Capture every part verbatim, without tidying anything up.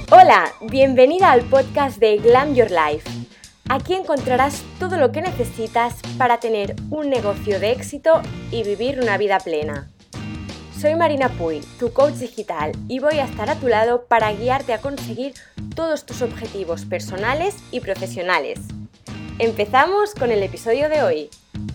Hola, bienvenida al podcast de Glam Your Life. Aquí encontrarás todo lo que necesitas para tener un negocio de éxito y vivir una vida plena. Soy Marina Puy, tu coach digital, y voy a estar a tu lado para guiarte a conseguir todos tus objetivos personales y profesionales. Empezamos con el episodio de hoy.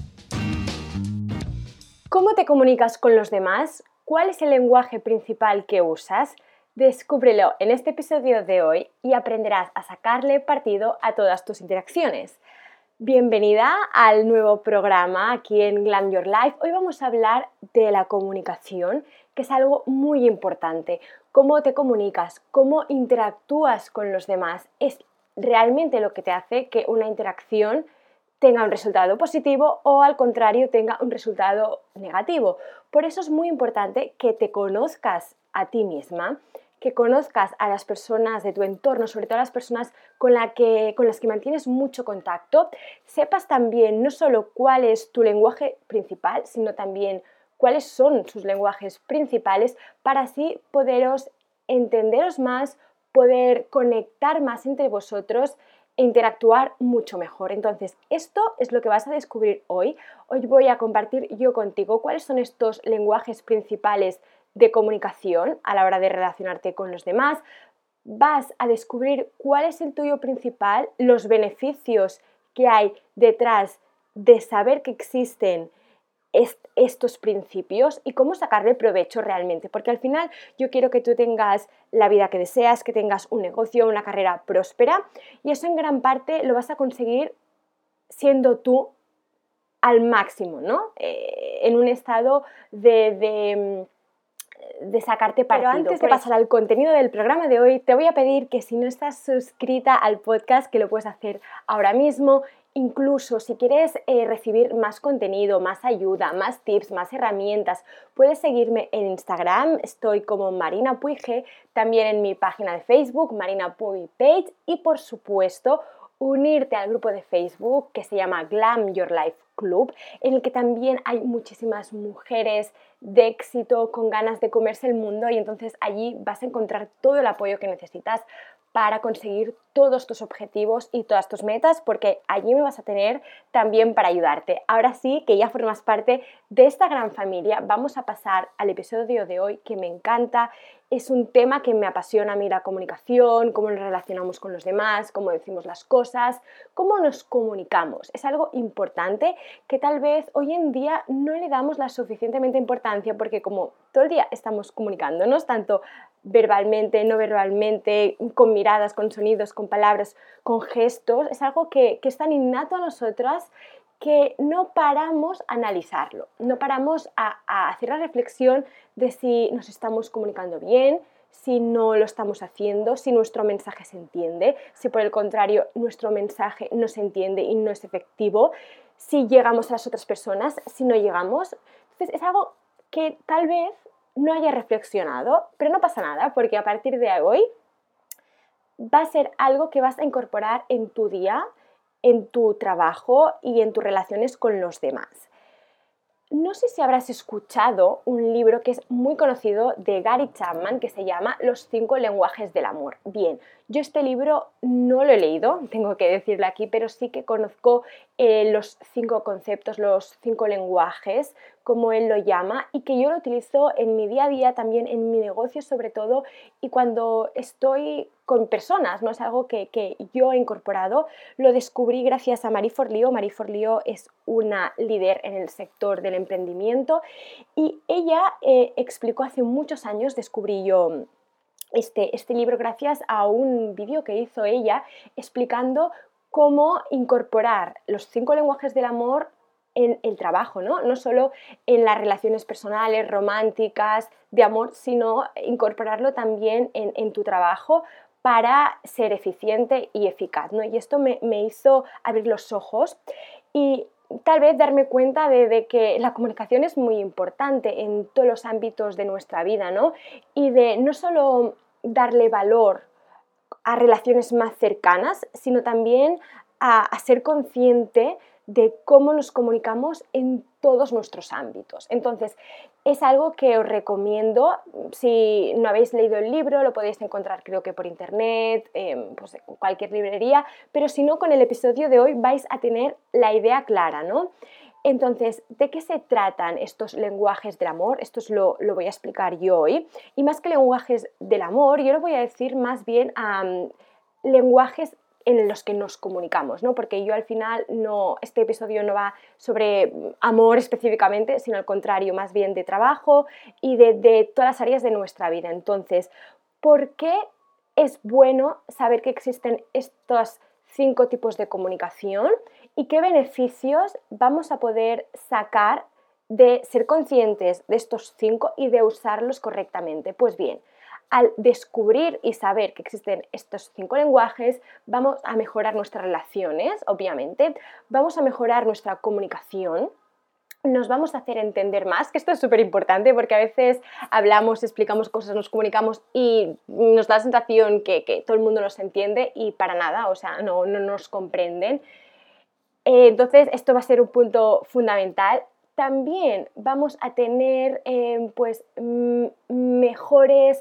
¿Cómo te comunicas con los demás? ¿Cuál es el lenguaje principal que usas? Descúbrelo en este episodio de hoy y aprenderás a sacarle partido a todas tus interacciones. Bienvenida al nuevo programa aquí en Glam Your Life. Hoy vamos a hablar de la comunicación, que es algo muy importante. Cómo te comunicas, cómo interactúas con los demás, es realmente lo que te hace que una interacción tenga un resultado positivo o al contrario tenga un resultado negativo. Por eso es muy importante que te conozcas a ti misma, que conozcas a las personas de tu entorno, sobre todo a las personas con, la que, con las que mantienes mucho contacto, sepas también no solo cuál es tu lenguaje principal, sino también cuáles son sus lenguajes principales para así poderos entenderos más, poder conectar más entre vosotros e interactuar mucho mejor. Entonces, esto es lo que vas a descubrir hoy. Hoy voy a compartir yo contigo cuáles son estos lenguajes principales de comunicación a la hora de relacionarte con los demás. Vas a descubrir cuál es el tuyo principal, los beneficios que hay detrás de saber que existen est- estos principios y cómo sacarle provecho realmente, porque al final yo quiero que tú tengas la vida que deseas, que tengas un negocio, una carrera próspera, y eso en gran parte lo vas a conseguir siendo tú al máximo, ¿no? Eh, en un estado de... de de sacarte partido. Pero antes de pasar al contenido del programa de hoy, te voy a pedir que si no estás suscrita al podcast, que lo puedes hacer ahora mismo. Incluso si quieres eh, recibir más contenido, más ayuda, más tips, más herramientas, puedes seguirme en Instagram, estoy como Marina Puy G, también en mi página de Facebook, Marina Puy Page, y por supuesto unirte al grupo de Facebook que se llama Glam Your Life Club, en el que también hay muchísimas mujeres de éxito con ganas de comerse el mundo, y entonces allí vas a encontrar todo el apoyo que necesitas para conseguir todos tus objetivos y todas tus metas, porque allí me vas a tener también para ayudarte. Ahora sí, que ya formas parte de esta gran familia, vamos a pasar al episodio de hoy, que me encanta. Es un tema que me apasiona a mí, la comunicación, cómo nos relacionamos con los demás, cómo decimos las cosas, cómo nos comunicamos. Es algo importante que tal vez hoy en día no le damos la suficientemente importancia, porque como todo el día estamos comunicándonos, tanto verbalmente, no verbalmente, con miradas, con sonidos, con palabras, con gestos, es algo que, que es tan innato a nosotras que no paramos a analizarlo, no paramos a, a hacer la reflexión de si nos estamos comunicando bien, si no lo estamos haciendo, si nuestro mensaje se entiende, si por el contrario nuestro mensaje no se entiende y no es efectivo, si llegamos a las otras personas, si no llegamos. Entonces es algo que tal vez no haya reflexionado, pero no pasa nada, porque a partir de hoy va a ser algo que vas a incorporar en tu día, en tu trabajo y en tus relaciones con los demás. No sé si habrás escuchado un libro que es muy conocido de Gary Chapman, que se llama Los cinco lenguajes del amor. Bien, yo este libro no lo he leído, tengo que decirlo aquí, pero sí que conozco eh, los cinco conceptos, los cinco lenguajes, como él lo llama, y que yo lo utilizo en mi día a día, también en mi negocio sobre todo, y cuando estoy con personas, no es algo que, que yo he incorporado, lo descubrí gracias a Marie Forleo. Marie Forleo es una líder en el sector del emprendimiento, y ella eh, explicó hace muchos años, descubrí yo este, este libro gracias a un vídeo que hizo ella explicando cómo incorporar los cinco lenguajes del amor en el trabajo, ¿no? No solo en las relaciones personales, románticas, de amor, sino incorporarlo también en, en tu trabajo para ser eficiente y eficaz, ¿no? Y esto me, me hizo abrir los ojos y tal vez darme cuenta de, de que la comunicación es muy importante en todos los ámbitos de nuestra vida, ¿no? Y de no solo darle valor a relaciones más cercanas, sino también a, a ser consciente de cómo nos comunicamos en todos nuestros ámbitos. Entonces, es algo que os recomiendo. Si no habéis leído el libro, lo podéis encontrar creo que por internet, eh, pues en cualquier librería, pero si no, con el episodio de hoy vais a tener la idea clara, ¿no? Entonces, ¿de qué se tratan estos lenguajes del amor? Esto es lo, lo voy a explicar yo hoy. Y más que lenguajes del amor, yo lo voy a decir más bien a um, lenguajes en los que nos comunicamos, ¿no? Porque yo al final, no, este episodio no va sobre amor específicamente, sino al contrario, más bien de trabajo y de, de todas las áreas de nuestra vida. Entonces, ¿por qué es bueno saber que existen estos cinco tipos de comunicación y qué beneficios vamos a poder sacar de ser conscientes de estos cinco y de usarlos correctamente? Pues bien, al descubrir y saber que existen estos cinco lenguajes, vamos a mejorar nuestras relaciones, obviamente, vamos a mejorar nuestra comunicación, nos vamos a hacer entender más, que esto es súper importante porque a veces hablamos, explicamos cosas, nos comunicamos y nos da la sensación que, que todo el mundo nos entiende y para nada, o sea, no, no nos comprenden. Eh, entonces, esto va a ser un punto fundamental. También vamos a tener eh, pues, m- mejores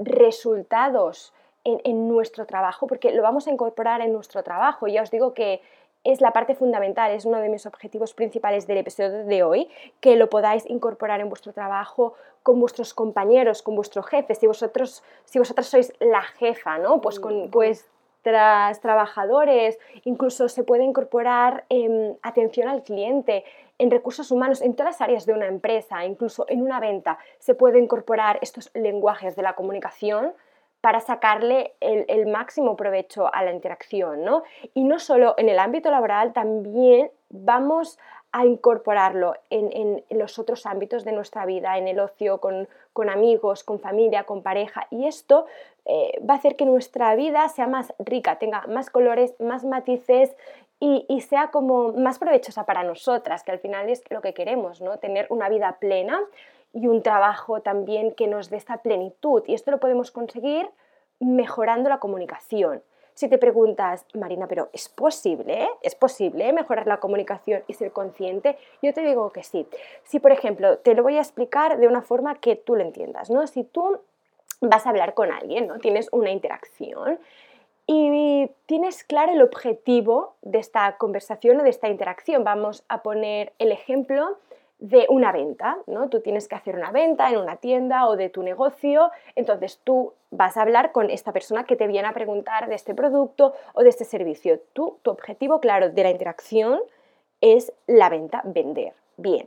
resultados en, en nuestro trabajo, porque lo vamos a incorporar en nuestro trabajo. Ya os digo que es la parte fundamental, es uno de mis objetivos principales del episodio de hoy, que lo podáis incorporar en vuestro trabajo con vuestros compañeros, con vuestro jefe. Si vosotros, si vosotras sois la jefa, ¿no? Pues con vuestros trabajadores, incluso se puede incorporar eh, atención al cliente, en recursos humanos, en todas las áreas de una empresa, incluso en una venta, se puede incorporar estos lenguajes de la comunicación para sacarle el, el máximo provecho a la interacción, ¿no? Y no solo en el ámbito laboral, también vamos a incorporarlo en, en los otros ámbitos de nuestra vida, en el ocio, con, con amigos, con familia, con pareja, y esto eh, va a hacer que nuestra vida sea más rica, tenga más colores, más matices y, y sea como más provechosa para nosotras, que al final es lo que queremos, ¿no? Tener una vida plena y un trabajo también que nos dé esta plenitud, y esto lo podemos conseguir mejorando la comunicación. Si te preguntas, Marina, pero ¿es posible? ¿Es posible mejorar la comunicación y ser consciente? Yo te digo que sí. Si, por ejemplo, te lo voy a explicar de una forma que tú lo entiendas, ¿no? Si tú vas a hablar con alguien, ¿no? Tienes una interacción y tienes claro el objetivo de esta conversación o de esta interacción. Vamos a poner el ejemplo de una venta, ¿no? Tú tienes que hacer una venta en una tienda o de tu negocio, entonces tú vas a hablar con esta persona que te viene a preguntar de este producto o de este servicio. Tú, tu objetivo, claro, de la interacción es la venta, vender. Bien.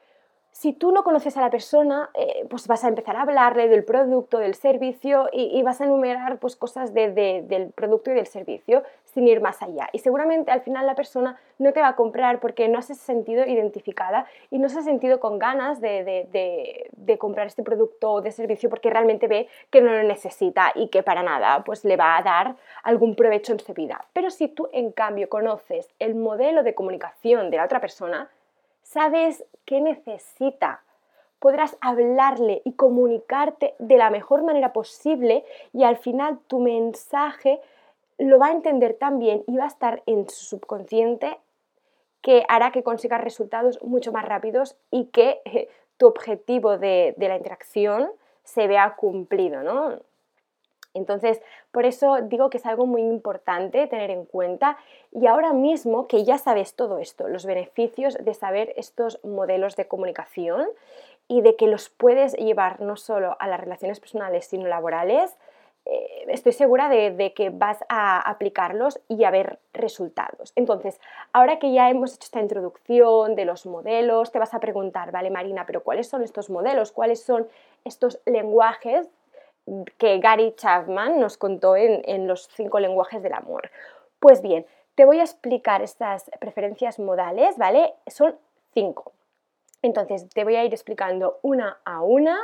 Si tú no conoces a la persona, eh, pues vas a empezar a hablarle del producto, del servicio y, y vas a enumerar pues, cosas de, de, del producto y del servicio sin ir más allá. Y seguramente al final la persona no te va a comprar porque no se ha sentido identificada y no se ha sentido con ganas de, de, de, de comprar este producto o de servicio porque realmente ve que no lo necesita y que para nada pues, le va a dar algún provecho en su vida. Pero si tú en cambio conoces el modelo de comunicación de la otra persona, sabes qué necesita, podrás hablarle y comunicarte de la mejor manera posible y al final tu mensaje lo va a entender tan bien y va a estar en su subconsciente que hará que consigas resultados mucho más rápidos y que eh, tu objetivo de, de la interacción se vea cumplido, ¿no? Entonces, por eso digo que es algo muy importante tener en cuenta y ahora mismo que ya sabes todo esto, los beneficios de saber estos modelos de comunicación y de que los puedes llevar no solo a las relaciones personales sino laborales, eh, estoy segura de, de que vas a aplicarlos y a ver resultados. Entonces, ahora que ya hemos hecho esta introducción de los modelos, te vas a preguntar, vale Marina, pero ¿cuáles son estos modelos? ¿Cuáles son estos lenguajes que Gary Chapman nos contó en, en los cinco lenguajes del amor? Pues bien, te voy a explicar estas preferencias modales, ¿vale? Son cinco. Entonces, te voy a ir explicando una a una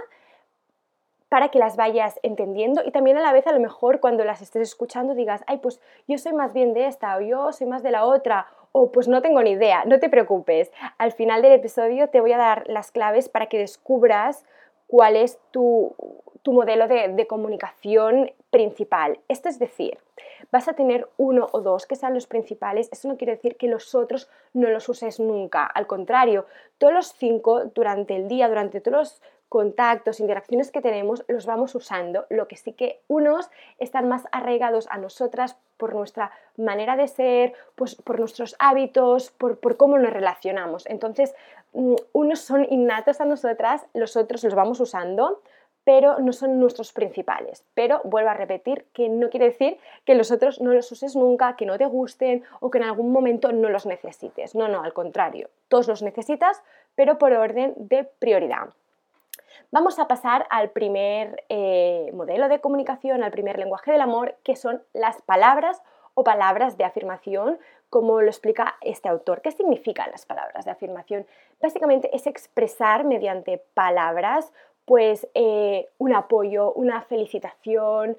para que las vayas entendiendo y también a la vez a lo mejor cuando las estés escuchando digas, ay, pues yo soy más bien de esta o yo soy más de la otra o pues no tengo ni idea, no te preocupes. Al final del episodio te voy a dar las claves para que descubras cuál es tu, tu modelo de, de comunicación principal. Esto es decir, vas a tener uno o dos que sean los principales, eso no quiere decir que los otros no los uses nunca. Al contrario, todos los cinco durante el día, durante todos los contactos, interacciones que tenemos, los vamos usando. Lo que sí que unos están más arraigados a nosotras por nuestra manera de ser, pues por nuestros hábitos, por, por cómo nos relacionamos. Entonces, unos son innatos a nosotras, los otros los vamos usando, pero no son nuestros principales. Pero vuelvo a repetir que no quiere decir que los otros no los uses nunca, que no te gusten o que en algún momento no los necesites. No, no, al contrario, todos los necesitas, pero por orden de prioridad. Vamos a pasar al primer eh, modelo de comunicación, al primer lenguaje del amor, que son las palabras o palabras de afirmación, como lo explica este autor. ¿Qué significan las palabras de afirmación? Básicamente es expresar mediante palabras pues eh, un apoyo, una felicitación,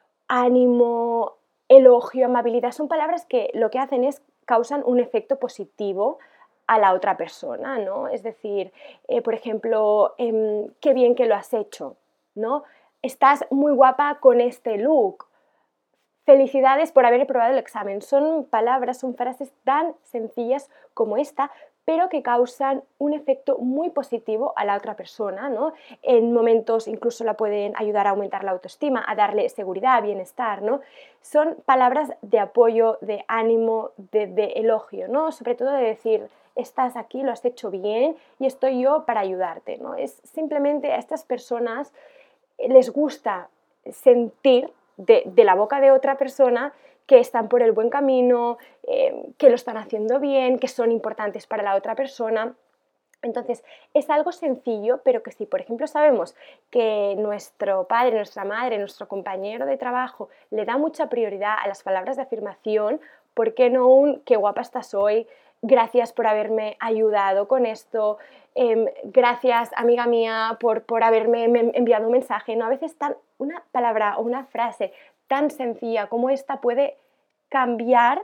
ánimo, elogio, amabilidad. Son palabras que lo que hacen es causan un efecto positivo a la otra persona, ¿no? Es decir, eh, por ejemplo, eh, qué bien que lo has hecho, ¿no? Estás muy guapa con este look. Felicidades por haber aprobado el examen. Son palabras, son frases tan sencillas como esta, pero que causan un efecto muy positivo a la otra persona, ¿no? En momentos incluso la pueden ayudar a aumentar la autoestima, a darle seguridad, bienestar, ¿no? Son palabras de apoyo, de ánimo, de, de elogio, ¿no? Sobre todo de decir, estás aquí, lo has hecho bien y estoy yo para ayudarte, ¿no? Es simplemente a estas personas les gusta sentir de, de la boca de otra persona que están por el buen camino, eh, que lo están haciendo bien, que son importantes para la otra persona. Entonces, es algo sencillo, pero que si, por ejemplo, sabemos que nuestro padre, nuestra madre, nuestro compañero de trabajo le da mucha prioridad a las palabras de afirmación, ¿por qué no un qué guapa estás hoy? Gracias por haberme ayudado con esto, eh, gracias amiga mía por, por haberme enviado un mensaje, ¿no? A veces tan, una palabra o una frase tan sencilla como esta puede cambiar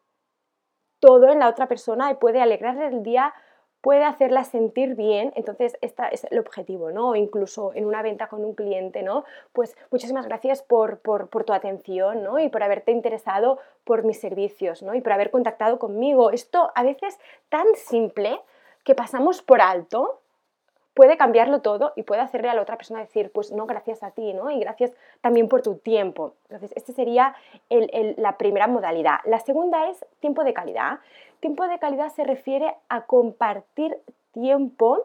todo en la otra persona y puede alegrarle el día, puede hacerla sentir bien. Entonces este es el objetivo, ¿no? O incluso en una venta con un cliente, ¿no? Pues muchísimas gracias por, por, por tu atención, ¿no? Y por haberte interesado por mis servicios, ¿no? Y por haber contactado conmigo. Esto a veces tan simple que pasamos por alto, puede cambiarlo todo y puede hacerle a la otra persona decir, pues no, gracias a ti, ¿no? Y gracias también por tu tiempo. Entonces, esta sería el, el, la primera modalidad. La segunda es tiempo de calidad. Tiempo de calidad se refiere a compartir tiempo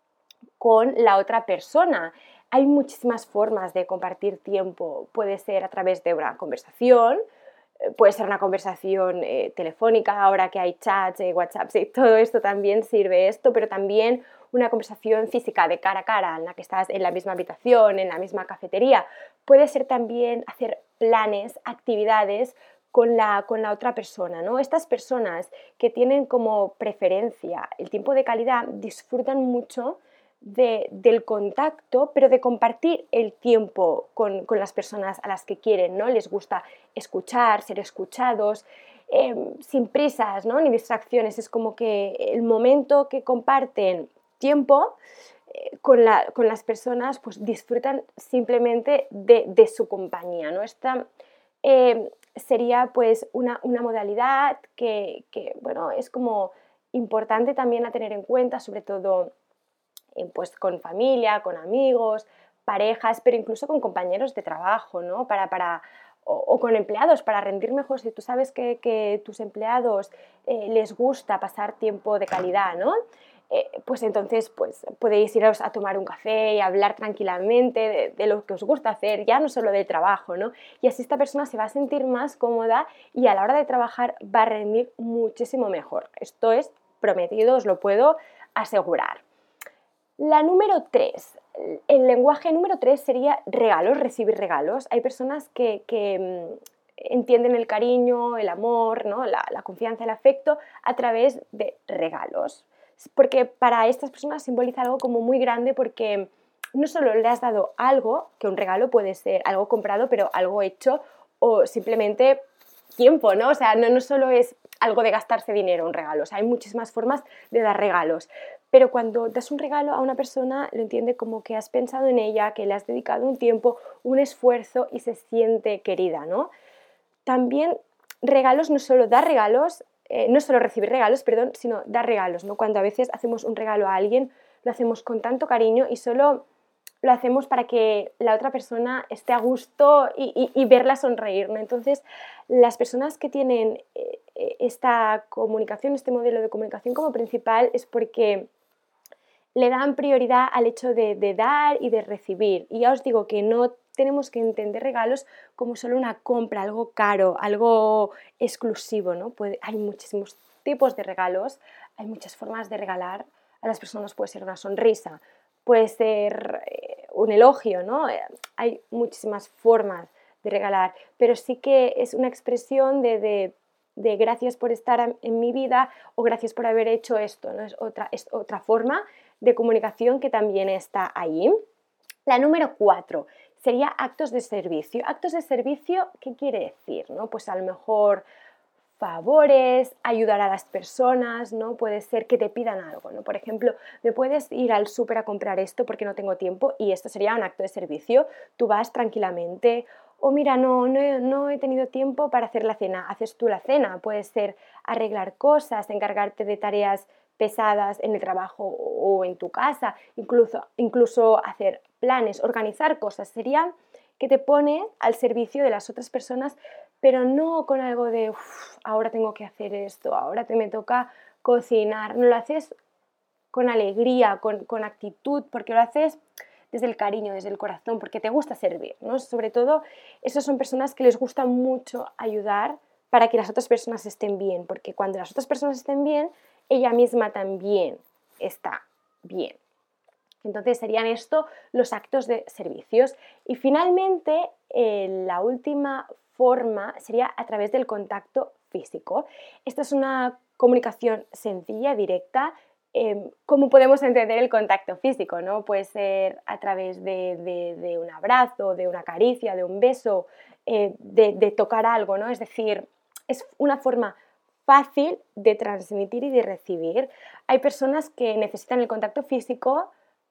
con la otra persona. Hay muchísimas formas de compartir tiempo. Puede ser a través de una conversación, puede ser una conversación eh, telefónica, ahora que hay chats, eh, WhatsApp, y todo esto también sirve esto, pero también una conversación física de cara a cara, en la que estás en la misma habitación, en la misma cafetería. Puede ser también hacer planes, actividades con la, con la otra persona, ¿no? Estas personas que tienen como preferencia el tiempo de calidad disfrutan mucho De, del contacto, pero de compartir el tiempo con, con las personas a las que quieren, ¿no? Les gusta escuchar, ser escuchados, eh, sin prisas, ¿no? Ni distracciones. Es como que el momento que comparten tiempo eh, con, la, con las personas, pues disfrutan simplemente de, de su compañía, ¿no? Esta eh, sería pues una, una modalidad que, que, bueno, es como importante también a tener en cuenta, sobre todo pues con familia, con amigos, parejas, pero incluso con compañeros de trabajo, ¿no? Para, para, o, o con empleados, para rendir mejor. Si tú sabes que, que tus empleados eh, les gusta pasar tiempo de calidad, ¿no? Eh, pues entonces pues, podéis iros a tomar un café y hablar tranquilamente de, de lo que os gusta hacer, ya no solo del trabajo, ¿no? Y así esta persona se va a sentir más cómoda y a la hora de trabajar va a rendir muchísimo mejor. Esto es prometido, os lo puedo asegurar. La número tres, el lenguaje número tres sería regalos, recibir regalos. Hay personas que, que entienden el cariño, el amor, ¿no? la, la confianza, el afecto a través de regalos. Porque para estas personas simboliza algo como muy grande porque no solo le has dado algo, que un regalo puede ser algo comprado, pero algo hecho o simplemente tiempo, ¿no? O sea, no, no solo es algo de gastarse dinero, un regalo. O sea, hay muchísimas formas de dar regalos. Pero cuando das un regalo a una persona, lo entiende como que has pensado en ella, que le has dedicado un tiempo, un esfuerzo y se siente querida, ¿no? también regalos, no solo dar regalos, eh, no solo recibir regalos, perdón, sino dar regalos, ¿no? Cuando a veces hacemos un regalo a alguien, lo hacemos con tanto cariño y solo lo hacemos para que la otra persona esté a gusto y, y, y verla sonreír, ¿no? Entonces, las personas que tienen eh, esta comunicación, este modelo de comunicación como principal es porque le dan prioridad al hecho de, de dar y de recibir. Y ya os digo que no tenemos que entender regalos como solo una compra, algo caro, algo exclusivo, ¿no? Puede, hay muchísimos tipos de regalos, hay muchas formas de regalar a las personas, puede ser una sonrisa, puede ser eh, un elogio, ¿no? Eh, hay muchísimas formas de regalar, pero sí que es una expresión de, de, de gracias por estar en mi vida o gracias por haber hecho esto, ¿no? Es otra, es otra forma de comunicación que también está ahí. La número cuatro sería actos de servicio. Actos de servicio, ¿qué quiere decir? ¿No? Pues a lo mejor favores, ayudar a las personas, ¿no? Puede ser que te pidan algo, ¿no? Por ejemplo, me puedes ir al súper a comprar esto porque no tengo tiempo y esto sería un acto de servicio. Tú vas tranquilamente o mira, no, no, he, no he tenido tiempo para hacer la cena, haces tú la cena. Puede ser arreglar cosas, encargarte de tareas pesadas en el trabajo o en tu casa, incluso, incluso hacer planes, organizar cosas. Sería que te pones al servicio de las otras personas, pero no con algo de uff, ahora tengo que hacer esto, ahora te me toca cocinar. No lo haces con alegría, con, con actitud, porque lo haces desde el cariño, desde el corazón, porque te gusta servir, ¿no? Sobre todo, esas son personas que les gusta mucho ayudar para que las otras personas estén bien, porque cuando las otras personas estén bien, ella misma también está bien. Entonces serían esto los actos de servicios. Y finalmente, eh, la última forma sería a través del contacto físico. Esta es una comunicación sencilla, directa. Eh, ¿Cómo podemos entender el contacto físico, ¿no? Puede ser a través de, de, de un abrazo, de una caricia, de un beso, eh, de, de tocar algo, ¿no? Es decir, es una forma fácil de transmitir y de recibir. Hay personas que necesitan el contacto físico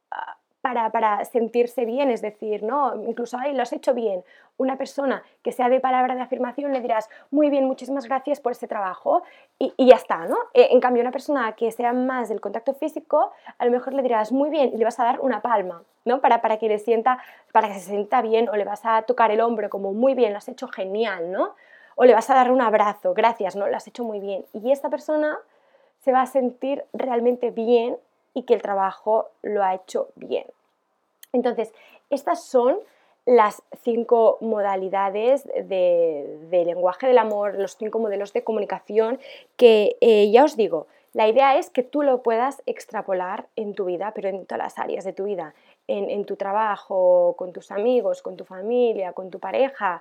Para, para sentirse bien, es decir, ¿no? Incluso, ay, lo has hecho bien. Una persona que sea de palabra de afirmación le dirás, muy bien, muchísimas gracias por ese trabajo y, y ya está, ¿no? En cambio, una persona que sea más del contacto físico, a lo mejor le dirás, muy bien, y le vas a dar una palma, ¿no? Para, para que le sienta, para que se sienta bien, o le vas a tocar el hombro como, muy bien, lo has hecho genial, ¿no? O le vas a dar un abrazo, gracias, ¿no? Lo has hecho muy bien. Y esta persona se va a sentir realmente bien y que el trabajo lo ha hecho bien. Entonces, estas son las cinco modalidades de, de lenguaje del amor, los cinco modelos de comunicación que eh, ya os digo, la idea es que tú lo puedas extrapolar en tu vida, pero en todas las áreas de tu vida, en, en tu trabajo, con tus amigos, con tu familia, con tu pareja,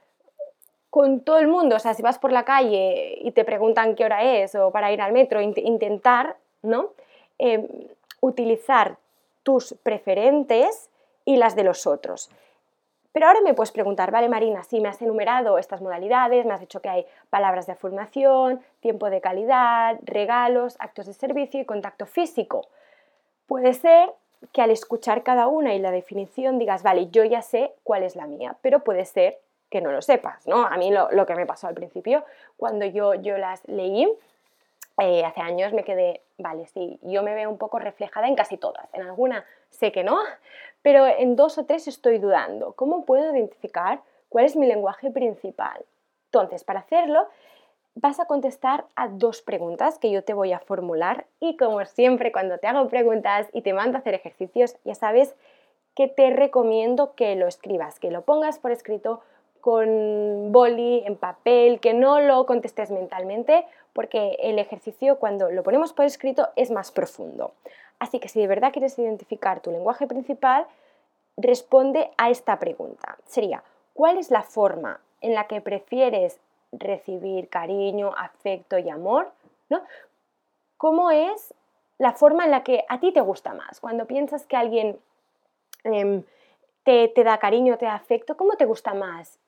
con todo el mundo. O sea, si vas por la calle y te preguntan qué hora es o para ir al metro, int- intentar, ¿no? Eh, utilizar tus preferentes y las de los otros. Pero ahora me puedes preguntar, vale Marina, si me has enumerado estas modalidades, me has dicho que hay palabras de afirmación, tiempo de calidad, regalos, actos de servicio y contacto físico. Puede ser que al escuchar cada una y la definición digas, vale, yo ya sé cuál es la mía, pero puede ser que no lo sepas, ¿no? A mí lo, lo que me pasó al principio, cuando yo, yo las leí, eh, hace años me quedé, vale, sí, yo me veo un poco reflejada en casi todas, en alguna sé que no, pero en dos o tres estoy dudando. ¿Cómo puedo identificar cuál es mi lenguaje principal? Entonces, para hacerlo, vas a contestar a dos preguntas que yo te voy a formular y como siempre cuando te hago preguntas y te mando a hacer ejercicios, ya sabes que te recomiendo que lo escribas, que lo pongas por escrito con boli, en papel, que no lo contestes mentalmente, porque el ejercicio cuando lo ponemos por escrito es más profundo. Así que si de verdad quieres identificar tu lenguaje principal, responde a esta pregunta. Sería, ¿cuál es la forma en la que prefieres recibir cariño, afecto y amor? ¿No? ¿Cómo es la forma en la que a ti te gusta más? Cuando piensas que alguien eh, te, te da cariño, te da afecto, ¿cómo te gusta más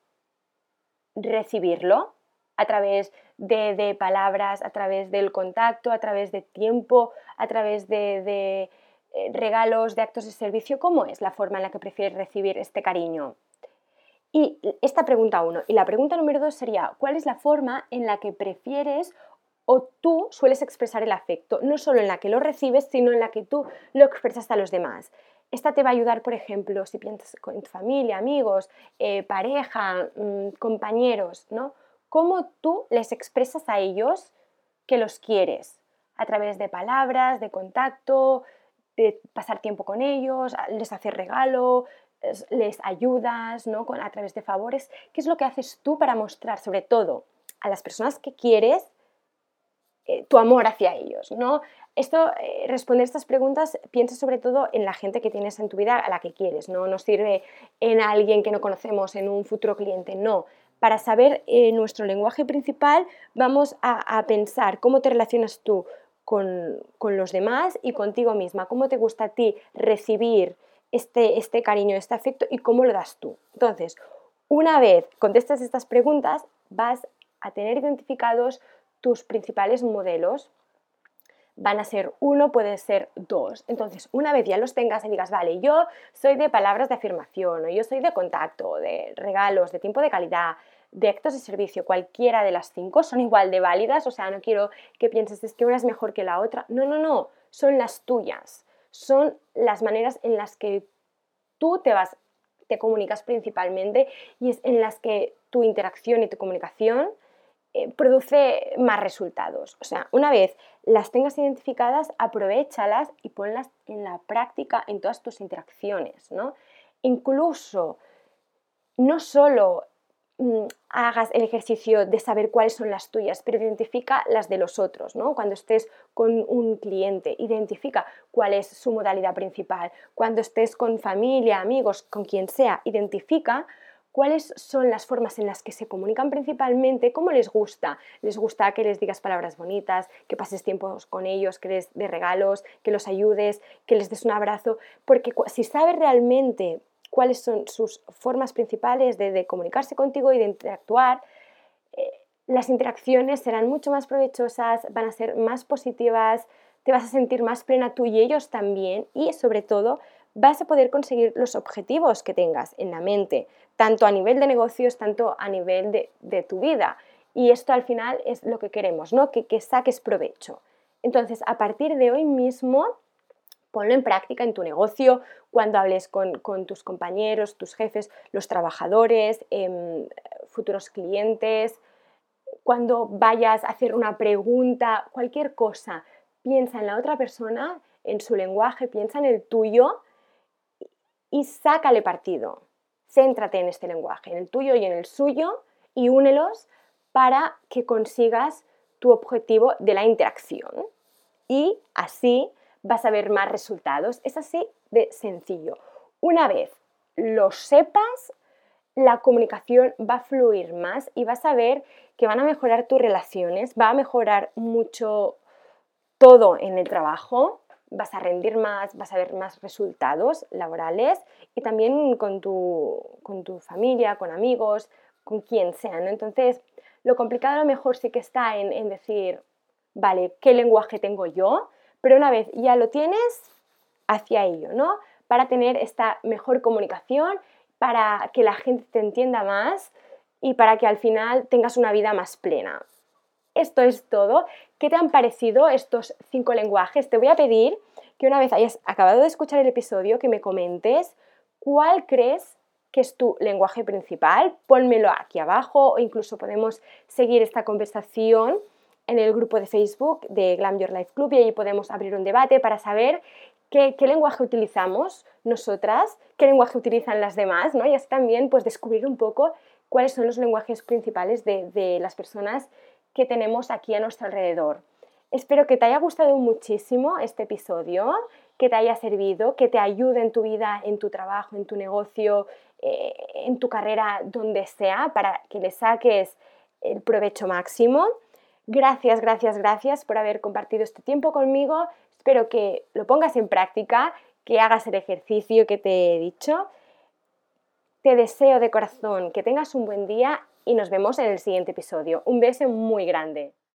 recibirlo? A través de, de palabras, a través del contacto, a través de tiempo, a través de, de eh, regalos, de actos de servicio. ¿Cómo es la forma en la que prefieres recibir este cariño? Y esta pregunta uno. Y la pregunta número dos sería, ¿cuál es la forma en la que prefieres o tú sueles expresar el afecto? No solo en la que lo recibes, sino en la que tú lo expresas a los demás. Esta te va a ayudar, por ejemplo, si piensas en tu familia, amigos, eh, pareja, mmm, compañeros, ¿no? ¿Cómo tú les expresas a ellos que los quieres? A través de palabras, de contacto, de pasar tiempo con ellos, les haces regalo, les ayudas, ¿no? Con, a través de favores. ¿Qué es lo que haces tú para mostrar, sobre todo, a las personas que quieres, eh, tu amor hacia ellos, ¿no? Esto, eh, responder estas preguntas, piensa sobre todo en la gente que tienes en tu vida a la que quieres, ¿no? No sirve en alguien que no conocemos, en un futuro cliente, no. Para saber eh, nuestro lenguaje principal, vamos a, a pensar cómo te relacionas tú con, con los demás y contigo misma, cómo te gusta a ti recibir Este, este cariño, este afecto y cómo lo das tú. Entonces, una vez contestas estas preguntas, vas a tener identificados tus principales modelos. Van a ser uno, puede ser dos. Entonces, una vez ya los tengas y digas, vale, yo soy de palabras de afirmación, o yo soy de contacto, de regalos, de tiempo de calidad, de actos de servicio, cualquiera de las cinco son igual de válidas, o sea, no quiero que pienses es que una es mejor que la otra. No, no, no, son las tuyas. Son las maneras en las que tú te vas, te comunicas principalmente y es en las que tu interacción y tu comunicación eh, produce más resultados. O sea, una vez las tengas identificadas, aprovéchalas y ponlas en la práctica en todas tus interacciones, ¿no? Incluso, no solo hagas el ejercicio de saber cuáles son las tuyas, pero identifica las de los otros, ¿no? Cuando estés con un cliente, identifica cuál es su modalidad principal. Cuando estés con familia, amigos, con quien sea, identifica cuáles son las formas en las que se comunican principalmente, cómo les gusta. Les gusta que les digas palabras bonitas, que pases tiempo con ellos, que les des regalos, que los ayudes, que les des un abrazo, porque si sabes realmente cuáles son sus formas principales de, de comunicarse contigo y de interactuar, eh, las interacciones serán mucho más provechosas, van a ser más positivas, te vas a sentir más plena tú y ellos también y sobre todo vas a poder conseguir los objetivos que tengas en la mente, tanto a nivel de negocios, tanto a nivel de, de tu vida. Y esto al final es lo que queremos, ¿no? Que, que saques provecho. Entonces, a partir de hoy mismo, ponlo en práctica en tu negocio, cuando hables con, con tus compañeros, tus jefes, los trabajadores, eh, futuros clientes, cuando vayas a hacer una pregunta, cualquier cosa, piensa en la otra persona, en su lenguaje, piensa en el tuyo y sácale partido. Céntrate en este lenguaje, en el tuyo y en el suyo, y únelos para que consigas tu objetivo de la interacción. Y así vas a ver más resultados. Es así de sencillo. Una vez lo sepas, la comunicación va a fluir más y vas a ver que van a mejorar tus relaciones, va a mejorar mucho todo en el trabajo, vas a rendir más, vas a ver más resultados laborales y también con tu, con tu familia, con amigos, con quien sea, ¿no? Entonces, lo complicado a lo mejor sí que está en, en decir, vale, ¿qué lenguaje tengo yo? Pero una vez ya lo tienes, hacia ello, ¿no? Para tener esta mejor comunicación, para que la gente te entienda más y para que al final tengas una vida más plena. Esto es todo. ¿Qué te han parecido estos cinco lenguajes? Te voy a pedir que una vez hayas acabado de escuchar el episodio, que me comentes cuál crees que es tu lenguaje principal. Pónmelo aquí abajo o incluso podemos seguir esta conversación en el grupo de Facebook de Glam Your Life Club y ahí podemos abrir un debate para saber qué, qué lenguaje utilizamos nosotras, qué lenguaje utilizan las demás, ¿no? Y así también pues, descubrir un poco cuáles son los lenguajes principales de, de las personas que tenemos aquí a nuestro alrededor. Espero que te haya gustado muchísimo este episodio, que te haya servido, que te ayude en tu vida, en tu trabajo, en tu negocio, eh, en tu carrera, donde sea, para que le saques el provecho máximo. Gracias, gracias, gracias por haber compartido este tiempo conmigo. Espero que lo pongas en práctica, que hagas el ejercicio que te he dicho. Te deseo de corazón que tengas un buen día y nos vemos en el siguiente episodio. Un beso muy grande.